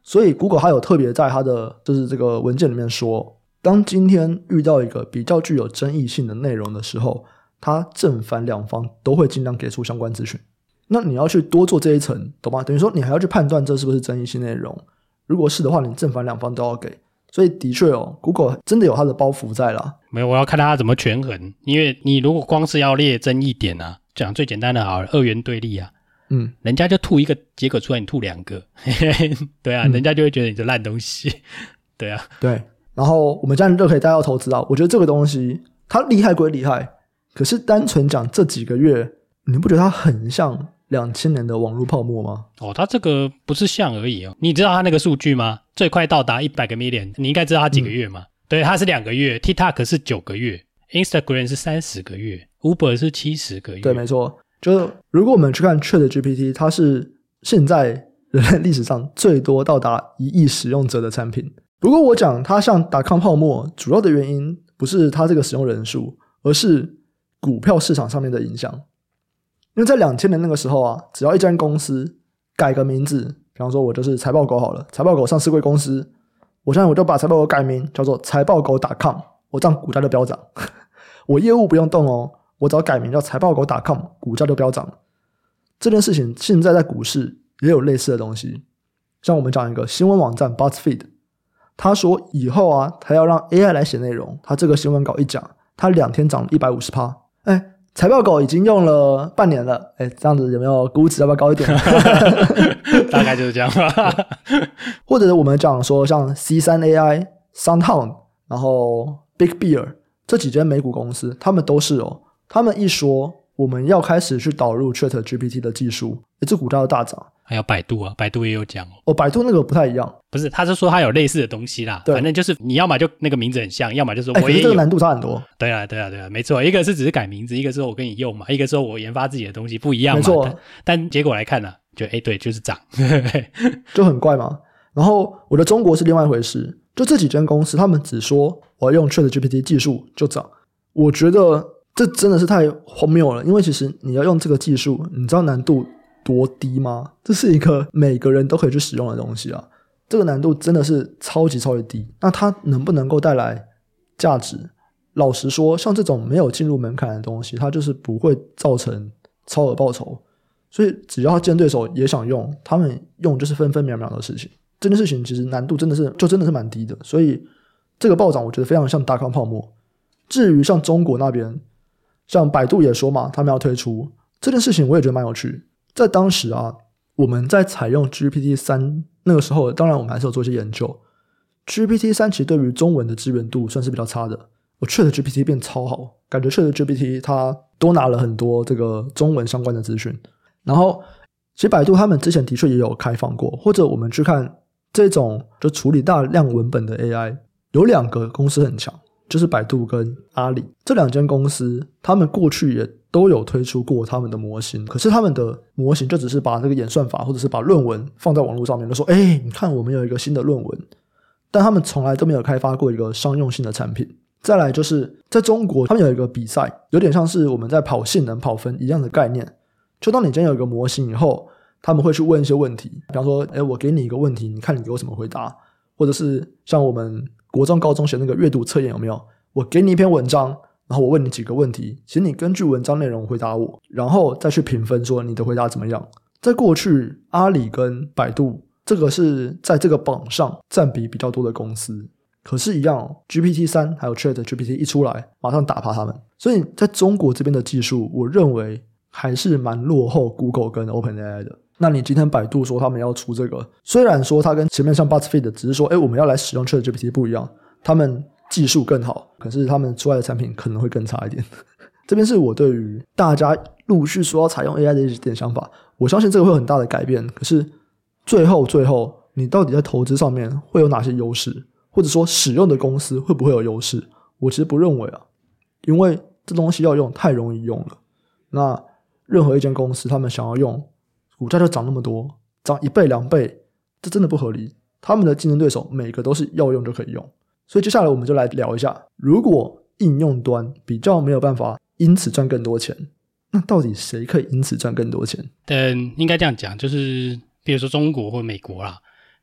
Speaker 1: 所以 Google 还有特别在它的就是这个文件里面说，当今天遇到一个比较具有争议性的内容的时候，它正反两方都会尽量给出相关资讯。那你要去多做这一层，懂吗？等于说你还要去判断这是不是争议性内容，如果是的话，你正反两方都要给。所以的确Google 真的有它的包袱在啦。
Speaker 2: 没有，我要看它怎么权衡，因为你如果光是要列争议点啊，讲最简单的好了，二元对立啊，人家就吐一个结果出来，你吐两个，对啊，人家就会觉得你是烂东西，对啊，
Speaker 1: 对。然后我们这样就可以带到投资啊，我觉得这个东西它厉害归厉害，可是单纯讲这几个月，你不觉得它很像2000年的网络泡沫吗？
Speaker 2: 它这个不是像而已你知道它那个数据吗？最快到达100个 million， 你应该知道它几个月吗？对，它是2个月 ，TikTok 是9个月 ，Instagram 是30个月 ，Uber 是70个月。对，
Speaker 1: 没错。就是如果我们去看 ChatGPT， 它是现在人类历史上最多到达1亿使用者的产品。不过我讲它像.com 泡沫，主要的原因不是它这个使用人数，而是股票市场上面的影响。因为在2000年那个时候啊，只要一间公司改个名字，比方说我就是财报狗好了，财报狗上市柜公司，我现在我就把财报狗改名叫做财报狗.com， 我这样股价就飙涨。我业务不用动我只要改名叫财报狗.com， 股价就飙涨。这件事情现在在股市也有类似的东西。像我们讲一个新闻网站 BuzzFeed， 他说以后啊，他要让 AI 来写内容，他这个新闻稿一讲，他2天涨了 150%。财报狗已经用了半年了，这样子有没有估值要不要高一点？
Speaker 2: 大概就是这样吧。
Speaker 1: 或者我们讲说像 C3AI、SoundHound， 然后 Big Bear 这几间美股公司，他们都是他们一说我们要开始去导入 ChatGPT 的技术，这股价就大涨。
Speaker 2: 还有百度啊，百度也有讲
Speaker 1: 百度那个不太一样，
Speaker 2: 不是，他是说他有类似的东西啦，反正就是你要么就那个名字很像，要么就是我也有。
Speaker 1: 可是这个难度差很多。
Speaker 2: 对啊，没错，一个是只是改名字，一个是我跟你用嘛，一个是我研发自己的东西不一样嘛。没错，但结果来看呢，就对，就是涨，
Speaker 1: 就很怪嘛。然后我的中国是另外一回事，就这几间公司，他们只说我要用 ChatGPT 技术就涨，我觉得这真的是太荒谬了，因为其实你要用这个技术，你知道难度多低吗？这是一个每个人都可以去使用的东西啊，这个难度真的是超级超级低。那它能不能够带来价值？老实说，像这种没有进入门槛的东西，它就是不会造成超额报酬。所以只要竞争对手也想用，他们用就是分分秒秒的事情。这件事情其实难度真的是蛮低的，所以这个暴涨我觉得非常像.com泡沫。至于像中国那边，像百度也说嘛，他们要推出这件事情，我也觉得蛮有趣。在当时啊，我们在采用 GPT-3 那个时候，当然我们还是有做一些研究。GPT-3 其实对于中文的支援度算是比较差的，我 ChatGPT 变超好，感觉 ChatGPT 它多拿了很多这个中文相关的资讯。然后其实百度他们之前的确也有开放过，或者我们去看这种就处理大量文本的 AI， 有2个公司很强，就是百度跟阿里。这2间公司他们过去也都有推出过他们的模型，可是他们的模型就只是把这个演算法或者是把论文放在网络上面，就说你看我们有一个新的论文，但他们从来都没有开发过一个商用性的产品。再来就是在中国他们有一个比赛，有点像是我们在跑性能跑分一样的概念，就当你今天有一个模型以后，他们会去问一些问题，比方说我给你一个问题，你看你给我什么回答，或者是像我们国中高中学那个阅读测验，有没有我给你一篇文章，然后我问你几个问题，其实你根据文章内容回答我，然后再去评分说你的回答怎么样。在过去阿里跟百度这个是在这个榜上占比比较多的公司，可是一样 GPT-3 还有 ChatGPT 一出来马上打趴他们。所以在中国这边的技术我认为还是蛮落后 Google 跟 OpenAI 的。那你今天百度说他们要出这个，虽然说它跟前面像 BuzzFeed 只是说我们要来使用 ChatGPT 不一样，他们技术更好，可是他们出来的产品可能会更差一点。这边是我对于大家陆续说要采用 AI 的一点想法，我相信这个会有很大的改变，可是最后你到底在投资上面会有哪些优势，或者说使用的公司会不会有优势，我其实不认为啊，因为这东西要用太容易用了。那任何一间公司他们想要用，股价就涨那么多，涨1倍2倍，这真的不合理。他们的竞争对手每个都是要用就可以用。所以接下来我们就来聊一下，如果应用端比较没有办法因此赚更多钱，那到底谁可以因此赚更多钱？
Speaker 2: 但应该这样讲，就是比如说中国或美国啦，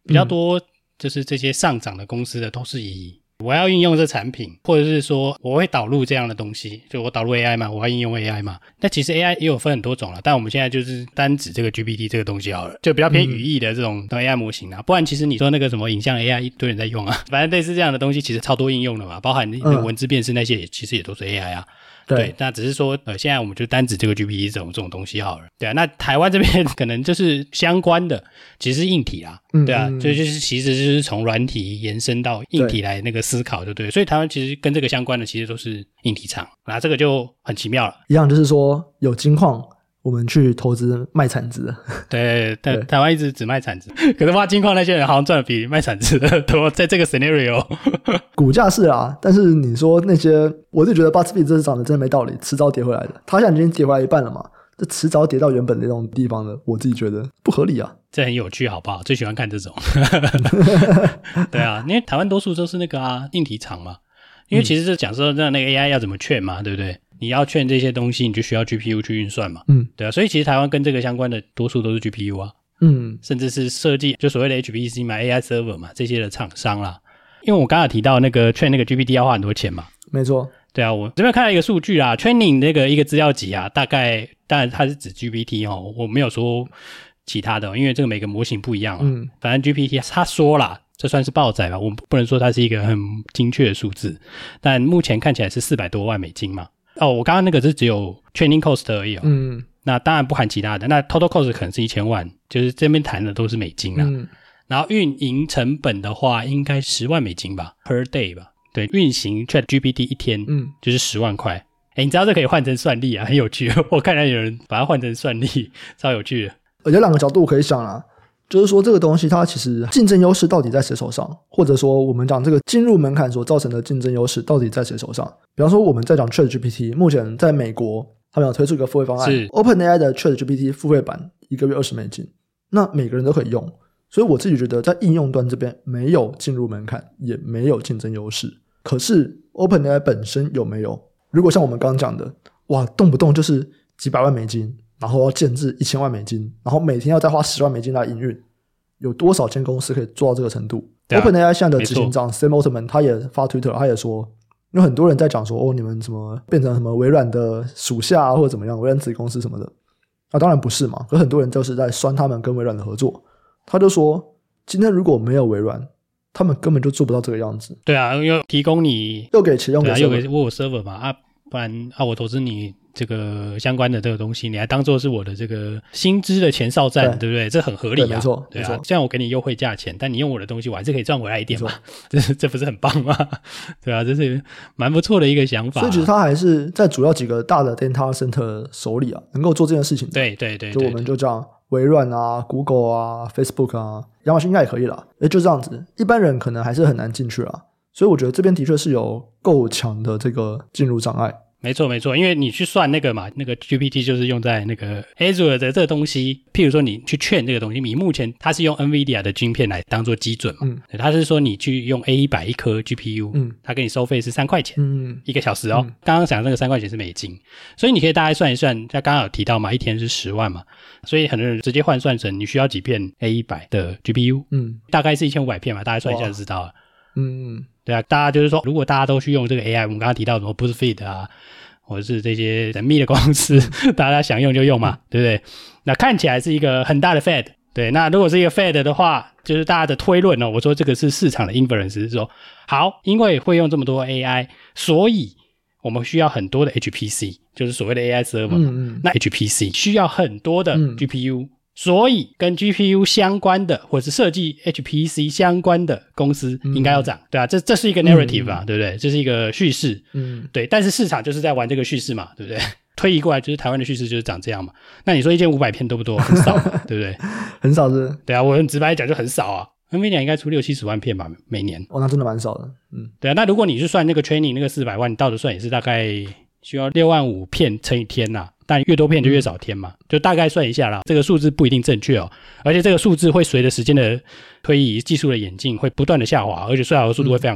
Speaker 2: 比较多就是这些上涨的公司的都是以我要运用这产品，或者是说我会导入这样的东西，就我导入 AI 嘛，我要应用 AI 嘛。那其实 AI 也有分很多种了，但我们现在就是单指这个 GPT 这个东西好了，就比较偏语义的这种 AI 模型啦。不然其实你说那个什么影像 AI 一堆人在用啊，反正类似这样的东西其实超多应用的嘛，包含文字辨识那些其实也都是 AI 啊。对，那只是说现在我们就单指这个 GPT 这种东西好了。对啊，那台湾这边可能就是相关的其实是硬体啦。对啊，就是其实就是从软体延伸到硬体来那个思考，对不对？所以台湾其实跟这个相关的其实都是硬体厂，那这个就很奇妙了。
Speaker 1: 一样就是说有金矿我们去投资卖产值。
Speaker 2: 对，台湾一直只卖产值，可是挖金矿那些人好像赚的比卖产值的多，在这个 scenario
Speaker 1: 股价是啊，但是你说那些，我就觉得 BuzzFeed 这是涨的真的没道理，迟早跌回来的。它现在已经跌回来一半了嘛，这迟早跌到原本的那种地方的，我自己觉得不合理啊。
Speaker 2: 这很有趣好不好？最喜欢看这种对啊，因为台湾多数都是那个硬体厂嘛，因为其实是讲说那个 AI 要怎么劝嘛，对不对？你要劝这些东西，你就需要 GPU 去运算嘛。对啊，所以其实台湾跟这个相关的多数都是 GPU 啊。甚至是设计就所谓的 HPC 嘛 AI server 嘛这些的厂商啦。因为我刚才提到那个 train 那个 GPT 要花很多钱嘛。
Speaker 1: 没错。
Speaker 2: 对啊，我这边看到一个数据啦 training 那个一个资料集啊，大概当然它是指 GPT 我没有说其他的因为这个每个模型不一样反正 GPT 他说啦，这算是报载吧，我不能说它是一个很精确的数字，但目前看起来是400多万美金嘛。我刚刚那个是只有 training cost 而已那当然不含其他的，那 total cost 可能是1000万，就是这边谈的都是美金啦然后运营成本的话应该10万美金吧 per day 吧，对，运行 ChatGPT 一天就是10万块你知道这可以换成算力啊，很有趣我看到有人把它换成算力超有趣的。
Speaker 1: 有两个角度可以想啦，就是说这个东西它其实竞争优势到底在谁手上，或者说我们讲这个进入门槛所造成的竞争优势到底在谁手上。比方说我们在讲 ChatGPT， 目前在美国他们有推出一个付费方案 OpenAI 的 ChatGPT 付费版1个月20美金，那每个人都可以用，所以我自己觉得在应用端这边没有进入门槛，也没有竞争优势。可是 OpenAI 本身有没有，如果像我们刚刚讲的哇动不动就是几百万美金，然后要建制1000万美金，然后每天要再花10万美金来营运，有多少间公司可以做到这个程度？OpenAI 现在的执行长 Sam Altman 他也发 Twitter， 他也说有很多人在讲说你们什么变成什么微软的属下或者怎么样，微软子公司什么的当然不是嘛，可很多人就是在酸他们跟微软的合作。他就说今天如果没有微软，他们根本就做不到这个样子。
Speaker 2: 对啊，又提供你
Speaker 1: 又给钱又给 server，
Speaker 2: 又给我 server 嘛不然我投资你这个相关的这个东西，你还当做是我的这个薪资的前哨站， 对不对？这很合理啊，
Speaker 1: 没错，
Speaker 2: 对啊，这样我给你优惠价钱，但你用我的东西我还是可以赚回来一点嘛，这不是很棒吗？对啊，这是蛮不错的一个想法所
Speaker 1: 以其实他还是在主要几个大的 data center 手里能够做这件事情的。
Speaker 2: 对，
Speaker 1: 就我们就这样微软啊 Google 啊 Facebook 啊亚马逊应该也可以啦就这样子，一般人可能还是很难进去啦，所以我觉得这边的确是有够强的这个进入障碍。
Speaker 2: 没错，因为你去算那个嘛，那个 GPT 就是用在那个 Azure 的这个东西，譬如说你去劝这个东西，你目前它是用 NVIDIA 的晶片来当做基准嘛，它是说你去用 A100 一颗 GPU，它给你收费是3块钱1个小时刚刚讲的那个3块钱是美金，所以你可以大概算一算，像刚刚有提到嘛，一天是10万嘛，所以很多人直接换算成你需要几片 A100 的 GPU，大概是1500片嘛，大概算一下就知道了。对啊，大家就是说如果大家都去用这个 AI， 我们刚刚提到什么 BuzzFeed 啊或者是这些神秘的公司大家想用就用嘛，对不对？那看起来是一个很大的 Fed， 对，那如果是一个 Fed 的话，就是大家的推论我说这个是市场的 inference 是说，好，因为会用这么多 AI， 所以我们需要很多的 HPC， 就是所谓的 AI server，那 HPC 需要很多的 GPU，所以跟 GPU 相关的或者是设计 HPC 相关的公司应该要涨，对啊，这是一个 narrative 对不对？这是一个叙事，对，但是市场就是在玩这个叙事嘛，对不对？推移过来就是台湾的叙事就是长这样嘛，那你说一件500片多不多？很少嘛，对不对？
Speaker 1: 很少是，
Speaker 2: 对啊，我很直白讲就很少啊。NVIDIA 应该出60-70万片吧每年，
Speaker 1: 那真的蛮少的。
Speaker 2: 对啊，那如果你是算那个 training 那个400万，你倒着算也是大概需要6万5片乘以天啦，但越多片就越少天嘛，就大概算一下啦，这个数字不一定正确而且这个数字会随着时间的推移技术的演进会不断的下滑，而且下滑的速度会非常快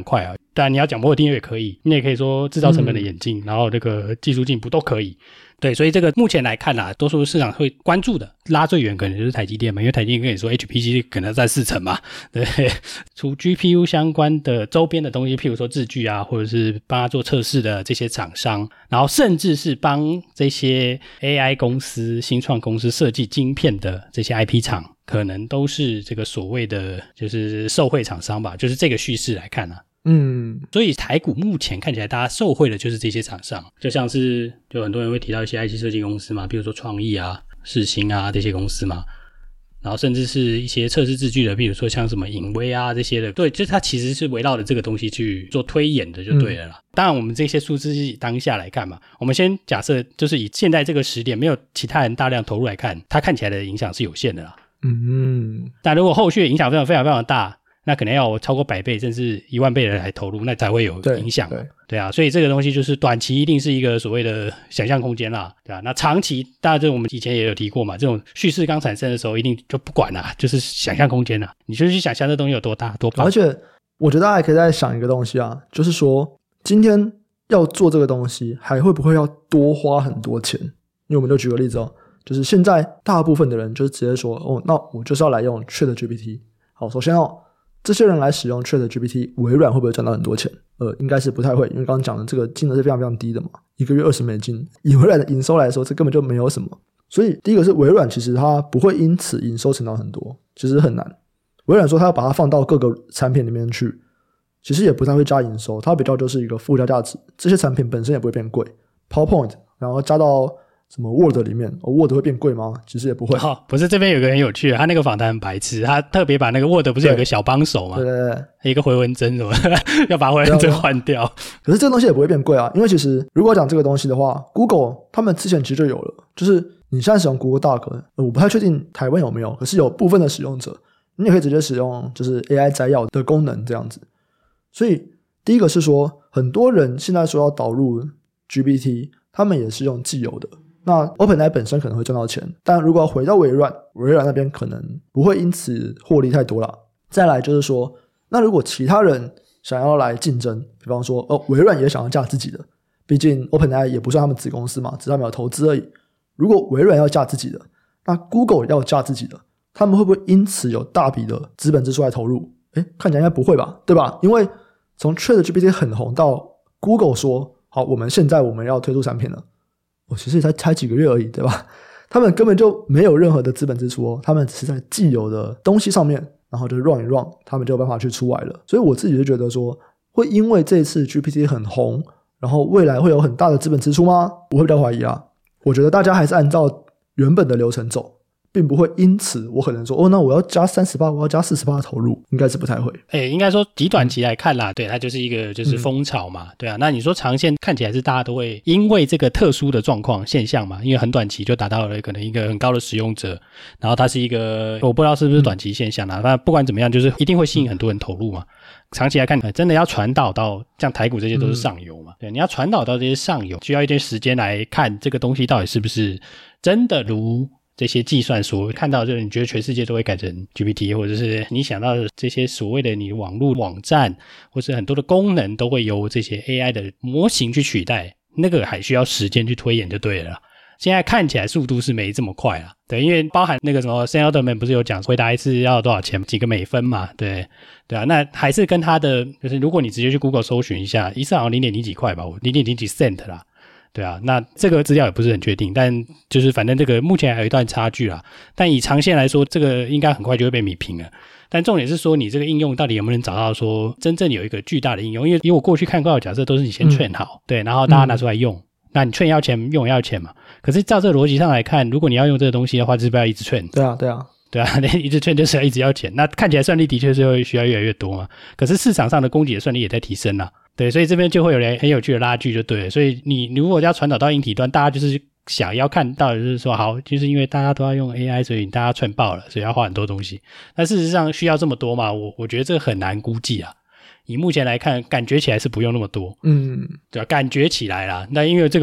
Speaker 2: 当然你要讲摩尔定律也可以，你也可以说制造成本的演进，然后这个技术进步都可以。对，所以这个目前来看啦，多数市场会关注的拉最远可能就是台积电嘛，因为台积电跟你说 HPC 可能占40%嘛，对，除 GPU 相关的周边的东西，譬如说智炬啊，或者是帮他做测试的这些厂商，然后甚至是帮这些 AI 公司、新创公司设计晶片的这些 IP 厂，可能都是这个所谓的就是受惠厂商吧，就是这个叙事来看啊。所以台股目前看起来大家受惠的就是这些厂商，就像是就很多人会提到一些 IC 设计公司嘛，比如说创意啊、世芯啊这些公司嘛，然后甚至是一些测试智炬的，比如说像什么影威啊这些的，对，就是它其实是围绕着这个东西去做推演的就对了啦。当然我们这些数字是以当下来看嘛，我们先假设就是以现在这个时点没有其他人大量投入来看，它看起来的影响是有限的啦。但如果后续的影响非常非常非常大，那可能要超过100倍甚至10000倍的来投入，那才会有影响。对啊，所以这个东西就是短期一定是一个所谓的想象空间啦，对啊，那长期大家这我们以前也有提过嘛，这种叙事刚产生的时候一定就不管啦，就是想象空间啦，你就去想象这东西有多大多棒。
Speaker 1: 而且我觉得大家还可以再想一个东西啊，就是说今天要做这个东西还会不会要多花很多钱？因为我们就举个例子哦，就是现在大部分的人就是直接说哦，那我就是要来用 ChatGPT。好，首先哦，这些人来使用 ChatGPT， 微软会不会赚到很多钱？应该是不太会，因为刚刚讲的这个金额是非常非常低的嘛，一个月$20，以微软的营收来说，这根本就没有什么。所以第一个是微软其实它不会因此营收成长很多，其实很难。微软说它要把它放到各个产品里面去，其实也不太会加营收，它比较就是一个附加价值，这些产品本身也不会变贵。PowerPoint 然后加到什么 Word 里面，Word 会变贵吗？其实也不会。
Speaker 2: 不是，这边有个很有趣的，他那个访谈很白痴，他特别把那个 Word 不是有个小帮手吗？
Speaker 1: 对，
Speaker 2: 一个回文针什么要把回文针换掉。
Speaker 1: 可是这个东西也不会变贵啊，因为其实如果讲这个东西的话 ，Google 他们之前其实就有了，就是你现在使用 Google Doc，我不太确定台湾有没有，可是有部分的使用者，你也可以直接使用就是 AI 摘要的功能这样子。所以第一个是说，很多人现在说要导入 GPT， 他们也是用既有的。那 OpenAI 本身可能会赚到钱，但如果要回到微软那边可能不会因此获利太多啦。再来就是说，那如果其他人想要来竞争，比方说微软也想要架自己的，毕竟 OpenAI 也不算他们子公司嘛，只是他们有投资而已。如果微软要架自己的，那 Google 要架自己的，他们会不会因此有大笔的资本支出来投入？看起来应该不会吧，对吧？因为从 ChatGPT 很红到 Google 说好，我们要推出产品了，其实才几个月而已，对吧？他们根本就没有任何的资本支出哦，他们只是在既有的东西上面，然后就 run 一 run， 他们就有办法去出来了。所以我自己就觉得说，会因为这次 GPT 很红，然后未来会有很大的资本支出吗？我会比较怀疑啊。我觉得大家还是按照原本的流程走，并不会因此我可能说那我要加 30%， 我要加 40% 投入，应该是不太会。
Speaker 2: 应该说极短期来看啦，对，它就是一个就是风潮嘛，对啊。那你说长线看起来是大家都会因为这个特殊的状况现象嘛，因为很短期就达到了可能一个很高的使用者，然后它是一个我不知道是不是短期现象啦，但不管怎么样就是一定会吸引很多人投入嘛。长期来看真的要传导到像台股这些都是上游嘛，对，你要传导到这些上游需要一些时间来看这个东西到底是不是真的如这些计算所看到，就是你觉得全世界都会改成 GPT， 或者是你想到的这些所谓的你网络网站或是很多的功能都会由这些 AI 的模型去取代，那个还需要时间去推演就对了啦。现在看起来速度是没这么快啦，对，因为包含那个什么 Sam Altman 不是有讲回答一次要多少钱，几个美分嘛，对啊，那还是跟他的就是如果你直接去 Google 搜寻一下，一次好像 0.0 几块吧，0.0 几 cent 啦，对啊，那这个资料也不是很确定，但就是反正这个目前还有一段差距啦，但以长线来说这个应该很快就会被弭平了。但重点是说你这个应用到底有没有能找到说真正有一个巨大的应用，因为我过去看过的假设都是你先train好，对，然后大家拿出来用，那你train要钱用也要钱嘛，可是照这个逻辑上来看，如果你要用这个东西的话，就是不要一直train。对啊，一直train就是要一直要钱，那看起来算力的确是会需要越来越多嘛，可是市场上的供给的算力也在提升啦，对，所以这边就会有很有趣的拉锯就对了。所以你如果要传导到硬体端，大家就是想要看到的就是说好，就是因为大家都要用 AI， 所以大家串爆了，所以要花很多东西，但事实上需要这么多吗？我觉得这很难估计啊，以目前来看感觉起来是不用那么多，对啊，感觉起来啦，那因为这个我们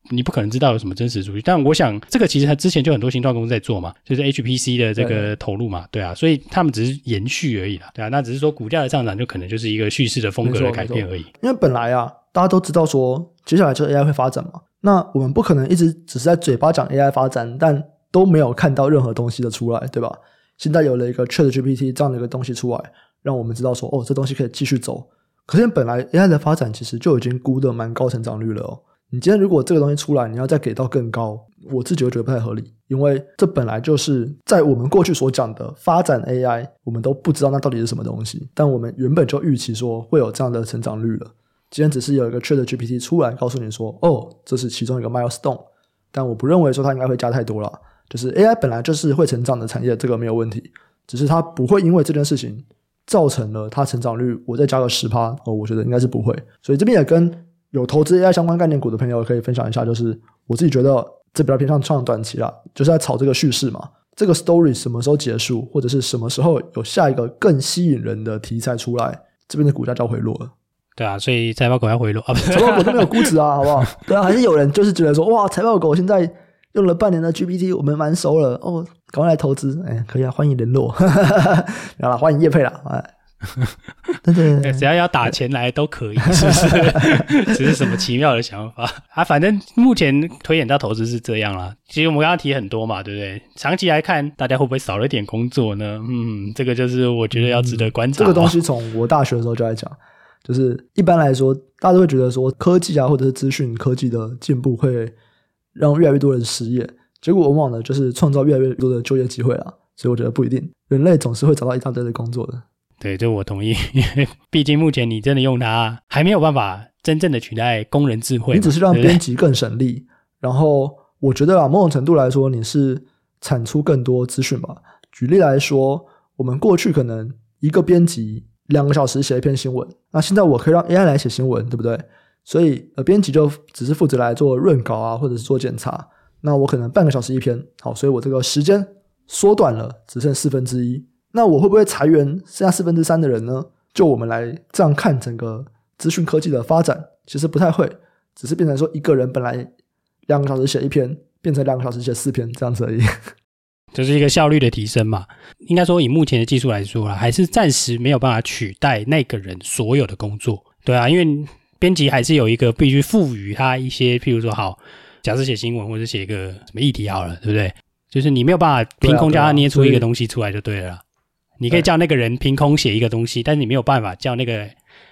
Speaker 2: 你不可能知道有什么真实数据。但我想这个其实它之前就很多新创公司在做嘛，就是 HPC 的这个投入嘛，对啊，所以他们只是延续而已啦，对啊，那只是说股价的上涨就可能就是一个叙事的风格的改变而已。
Speaker 1: 因为本来啊，大家都知道说接下来就是 AI 会发展嘛，那我们不可能一直只是在嘴巴讲 AI 发展，但都没有看到任何东西的出来，对吧？现在有了一个 ChatGPT 这样的一个东西出来，让我们知道说这东西可以继续走。可是本来 AI 的发展其实就已经估得蛮高成长率了你今天如果这个东西出来，你要再给到更高，我自己会觉得不太合理，因为这本来就是在我们过去所讲的发展 AI， 我们都不知道那到底是什么东西，但我们原本就预期说会有这样的成长率了。今天只是有一个 ChatGPT 出来告诉你说这是其中一个 milestone， 但我不认为说它应该会加太多啦，就是 AI 本来就是会成长的产业，这个没有问题，只是它不会因为这件事情造成了它成长率我再加个 10% 我觉得应该是不会。所以这边也跟有投资 AI 相关概念股的朋友可以分享一下，就是我自己觉得这比较偏向创短期啦，就是在炒这个叙事嘛，这个 story 什么时候结束，或者是什么时候有下一个更吸引人的题材出来，这边的股价就要回落了。
Speaker 2: 对啊，所以财报狗要回落啊，
Speaker 1: 财报狗都没有估值啊，好不好？对啊，还是有人就是觉得说哇，财报狗现在用了半年的 GPT 我们蛮熟了赶快来投资，可以啊，欢迎联络好啦，欢迎业配啦
Speaker 2: 对，只要打钱来都可以，是不是？只是什么奇妙的想法啊？反正目前推演到投资是这样啦。其实我们刚刚提很多嘛，对不对？长期来看，大家会不会少了一点工作呢？这个就是我觉得要值得观察。
Speaker 1: 这个东西从我大学的时候就在讲，就是一般来说，大家都会觉得说科技啊，或者是资讯科技的进步会让越来越多人失业，结果往往呢就是创造越来越多的就业机会啦。所以我觉得不一定，人类总是会找到一大堆的工作的。
Speaker 2: 对，这我同意，因为毕竟目前你真的用它还没有办法真正的取代工人智慧，
Speaker 1: 你只是让编辑更省力，然后我觉得某种程度来说你是产出更多资讯吧。举例来说，我们过去可能一个编辑2个小时写一篇新闻，那现在我可以让 AI 来写新闻，对不对？所以编辑就只是负责来做润稿啊，或者是做检查，那我可能半个小时一篇，好，所以我这个时间缩短了，只剩1/4。那我会不会裁员剩下3/4的人呢？就我们来这样看整个资讯科技的发展，其实不太会，只是变成说一个人本来2个小时写一篇，变成2个小时写4篇这样子而已。
Speaker 2: 就是一个效率的提升嘛。应该说以目前的技术来说啦，还是暂时没有办法取代那个人所有的工作。对啊，因为编辑还是有一个必须赋予他一些，譬如说好，假设写新闻或者写一个什么议题好了，对不对？就是你没有办法凭空叫他捏出一个东西出来就对了啦。你可以叫那个人凭空写一个东西，但是你没有办法叫那个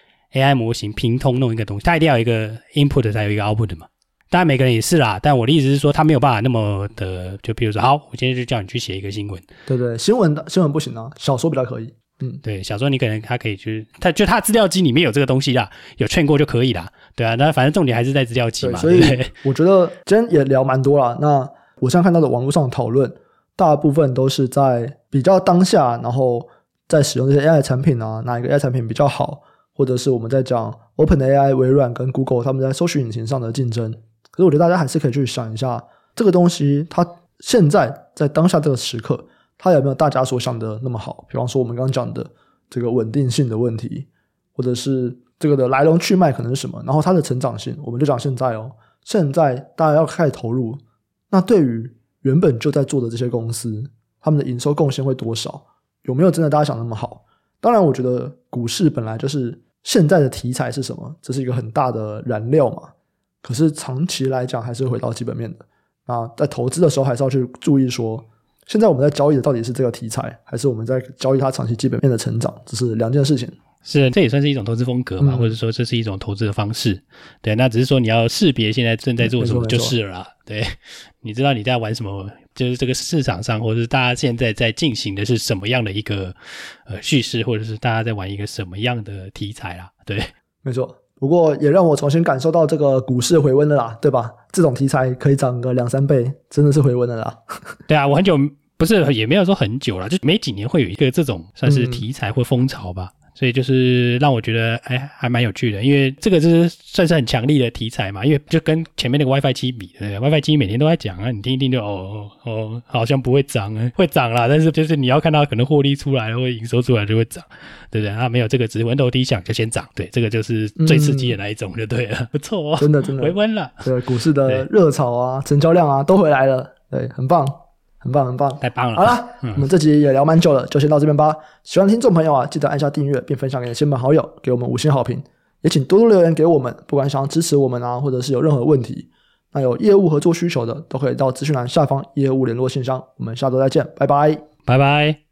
Speaker 2: AI 模型凭空弄一个东西，它一定要有一个 input 才有一个 output 嘛。当然每个人也是啦，但我的意思是说他没有办法那么的，就比如说好，我今天就叫你去写一个新闻。
Speaker 1: 对对，新闻不行啊，小说比较可以。
Speaker 2: 对，小说你可能他可以就是他资料机里面有这个东西啦，有劝过就可以啦。对啊，那反正重点还是在资料机嘛。
Speaker 1: 所以我觉得今天也聊蛮多啦。那我现在看到的网络上的讨论，大部分都是在比较当下，然后在使用这些 AI 产品啊，哪一个 AI 产品比较好，或者是我们在讲 OpenAI 微软跟 Google 他们在搜寻引擎上的竞争。可是我觉得大家还是可以去想一下，这个东西它现在在当下这个时刻，它有没有大家所想的那么好？比方说我们刚刚讲的这个稳定性的问题，或者是这个的来龙去脉可能是什么，然后它的成长性，我们就讲现在现在大家要开始投入，那对于原本就在做的这些公司，他们的营收贡献会多少？有没有真的大家想那么好？当然我觉得股市本来就是现在的题材是什么，这是一个很大的燃料嘛。可是长期来讲还是会回到基本面的。那在投资的时候还是要去注意说，现在我们在交易的到底是这个题材，还是我们在交易它长期基本面的成长，这是两件事情。
Speaker 2: 是，这也算是一种投资风格嘛，或者说这是一种投资的方式。对，那只是说你要识别现在正在做什么就是了啦。对，你知道你在玩什么，就是这个市场上或者是大家现在在进行的是什么样的一个叙事，或者是大家在玩一个什么样的题材啦。对，
Speaker 1: 没错。不过也让我重新感受到这个股市回温了啦，对吧？这种题材可以涨个2-3倍，真的是回温了啦。对
Speaker 2: 啊，我很久不是也没有说很久啦，就每几年会有一个这种算是题材或风潮吧。 所以就是让我觉得还蛮有趣的，因为这个就是算是很强力的题材嘛，因为就跟前面那个 WiFi 7比，对不对？ WiFi 7每天都在讲啊，你听一听就好像不会涨啊，会涨啦，但是就是你要看到可能获利出来或营收出来就会涨，对不对？没有这个只是温头低响就先涨，对，这个就是最刺激的那一种就对了，不错哦，
Speaker 1: 真的
Speaker 2: 回温了，
Speaker 1: 对，股市的热潮啊，成交量啊都回来了，对，很棒。很棒，
Speaker 2: 太棒了！
Speaker 1: 好啦，我们这集也聊蛮久了，就先到这边吧。喜欢的听众朋友啊，记得按下订阅，并分享给亲朋好友，给我们5星好评。也请多多留言给我们，不管想要支持我们啊，或者是有任何问题，那有业务合作需求的，都可以到资讯栏下方业务联络信箱。我们下周再见，拜拜，
Speaker 2: 拜拜。